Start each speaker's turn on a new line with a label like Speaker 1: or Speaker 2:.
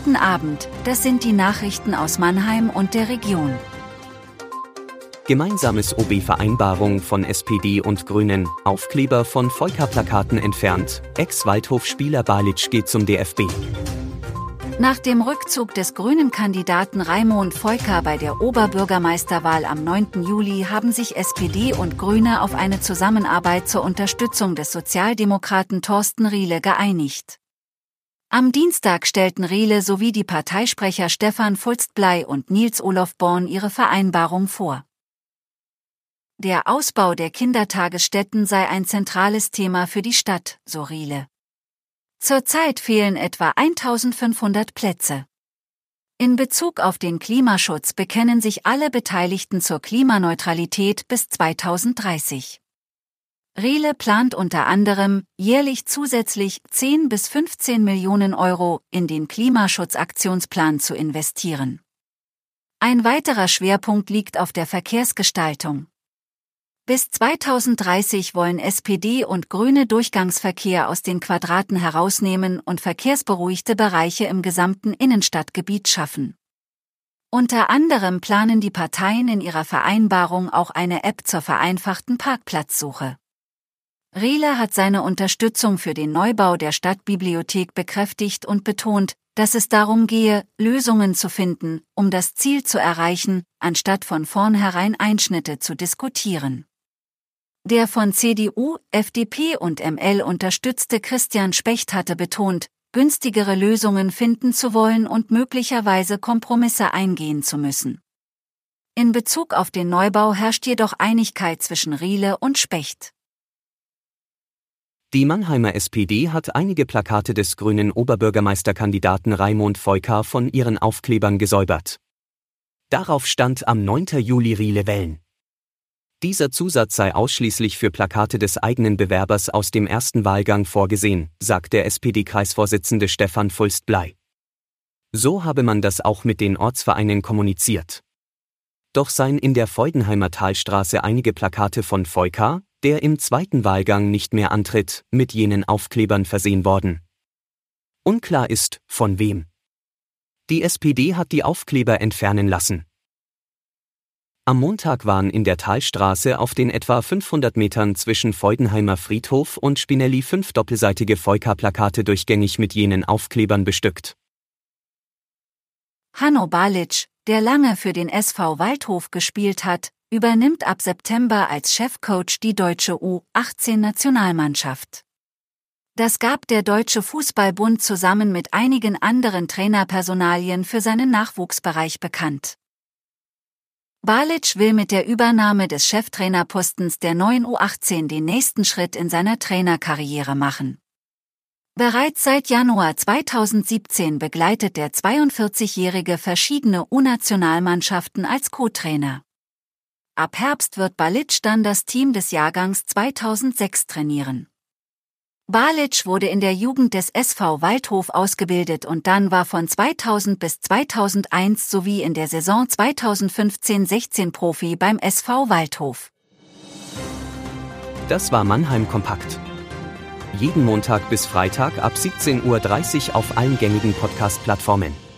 Speaker 1: Guten Abend, das sind die Nachrichten aus Mannheim und der Region.
Speaker 2: Gemeinsames OB-Vereinbarung von SPD und Grünen, Aufkleber von Feuka-Plakaten entfernt, Ex-Waldhof-Spieler Balic geht zum DFB.
Speaker 1: Nach dem Rückzug des grünen Kandidaten Raimund Feuka bei der Oberbürgermeisterwahl am 9. Juli haben sich SPD und Grüne auf eine Zusammenarbeit zur Unterstützung des Sozialdemokraten Thorsten Riele geeinigt. Am Dienstag stellten Riele sowie die Parteisprecher Stefan Fulstbley und Nils-Olof Born ihre Vereinbarung vor. Der Ausbau der Kindertagesstätten sei ein zentrales Thema für die Stadt, so Riele. Zurzeit fehlen etwa 1500 Plätze. In Bezug auf den Klimaschutz bekennen sich alle Beteiligten zur Klimaneutralität bis 2030. Riele plant unter anderem, jährlich zusätzlich 10 bis 15 Millionen Euro in den Klimaschutzaktionsplan zu investieren. Ein weiterer Schwerpunkt liegt auf der Verkehrsgestaltung. Bis 2030 wollen SPD und Grüne Durchgangsverkehr aus den Quadraten herausnehmen und verkehrsberuhigte Bereiche im gesamten Innenstadtgebiet schaffen. Unter anderem planen die Parteien in ihrer Vereinbarung auch eine App zur vereinfachten Parkplatzsuche. Riele hat seine Unterstützung für den Neubau der Stadtbibliothek bekräftigt und betont, dass es darum gehe, Lösungen zu finden, um das Ziel zu erreichen, anstatt von vornherein Einschnitte zu diskutieren. Der von CDU, FDP und ML unterstützte Christian Specht hatte betont, günstigere Lösungen finden zu wollen und möglicherweise Kompromisse eingehen zu müssen. In Bezug auf den Neubau herrscht jedoch Einigkeit zwischen Riele und Specht.
Speaker 2: Die Mannheimer SPD hat einige Plakate des grünen Oberbürgermeisterkandidaten Raimund Feuka von ihren Aufklebern gesäubert. Darauf stand am 9. Juli Riele wählen. Dieser Zusatz sei ausschließlich für Plakate des eigenen Bewerbers aus dem ersten Wahlgang vorgesehen, sagt der SPD-Kreisvorsitzende Stefan Fulstbley. So habe man das auch mit den Ortsvereinen kommuniziert. Doch seien in der Feudenheimer Talstraße einige Plakate von Feuka, der im zweiten Wahlgang nicht mehr antritt, mit jenen Aufklebern versehen worden. Unklar ist, von wem. Die SPD hat die Aufkleber entfernen lassen. Am Montag waren in der Talstraße auf den etwa 500 Metern zwischen Feudenheimer Friedhof und Spinelli 5 doppelseitige Feuka-Plakate durchgängig mit jenen Aufklebern bestückt.
Speaker 1: Hanno Balic, der lange für den SV Waldhof gespielt hat, übernimmt ab September als Chefcoach die deutsche U18-Nationalmannschaft. Das gab der Deutsche Fußballbund zusammen mit einigen anderen Trainerpersonalien für seinen Nachwuchsbereich bekannt. Balic will mit der Übernahme des Cheftrainerpostens der neuen U18 den nächsten Schritt in seiner Trainerkarriere machen. Bereits seit Januar 2017 begleitet der 42-Jährige verschiedene U-Nationalmannschaften als Co-Trainer. Ab Herbst wird Balic dann das Team des Jahrgangs 2006 trainieren. Balic wurde in der Jugend des SV Waldhof ausgebildet und dann war von 2000 bis 2001 sowie in der Saison 2015-16 Profi beim SV Waldhof.
Speaker 2: Das war Mannheim Kompakt. Jeden Montag bis Freitag ab 17:30 Uhr auf allen gängigen Podcast-Plattformen.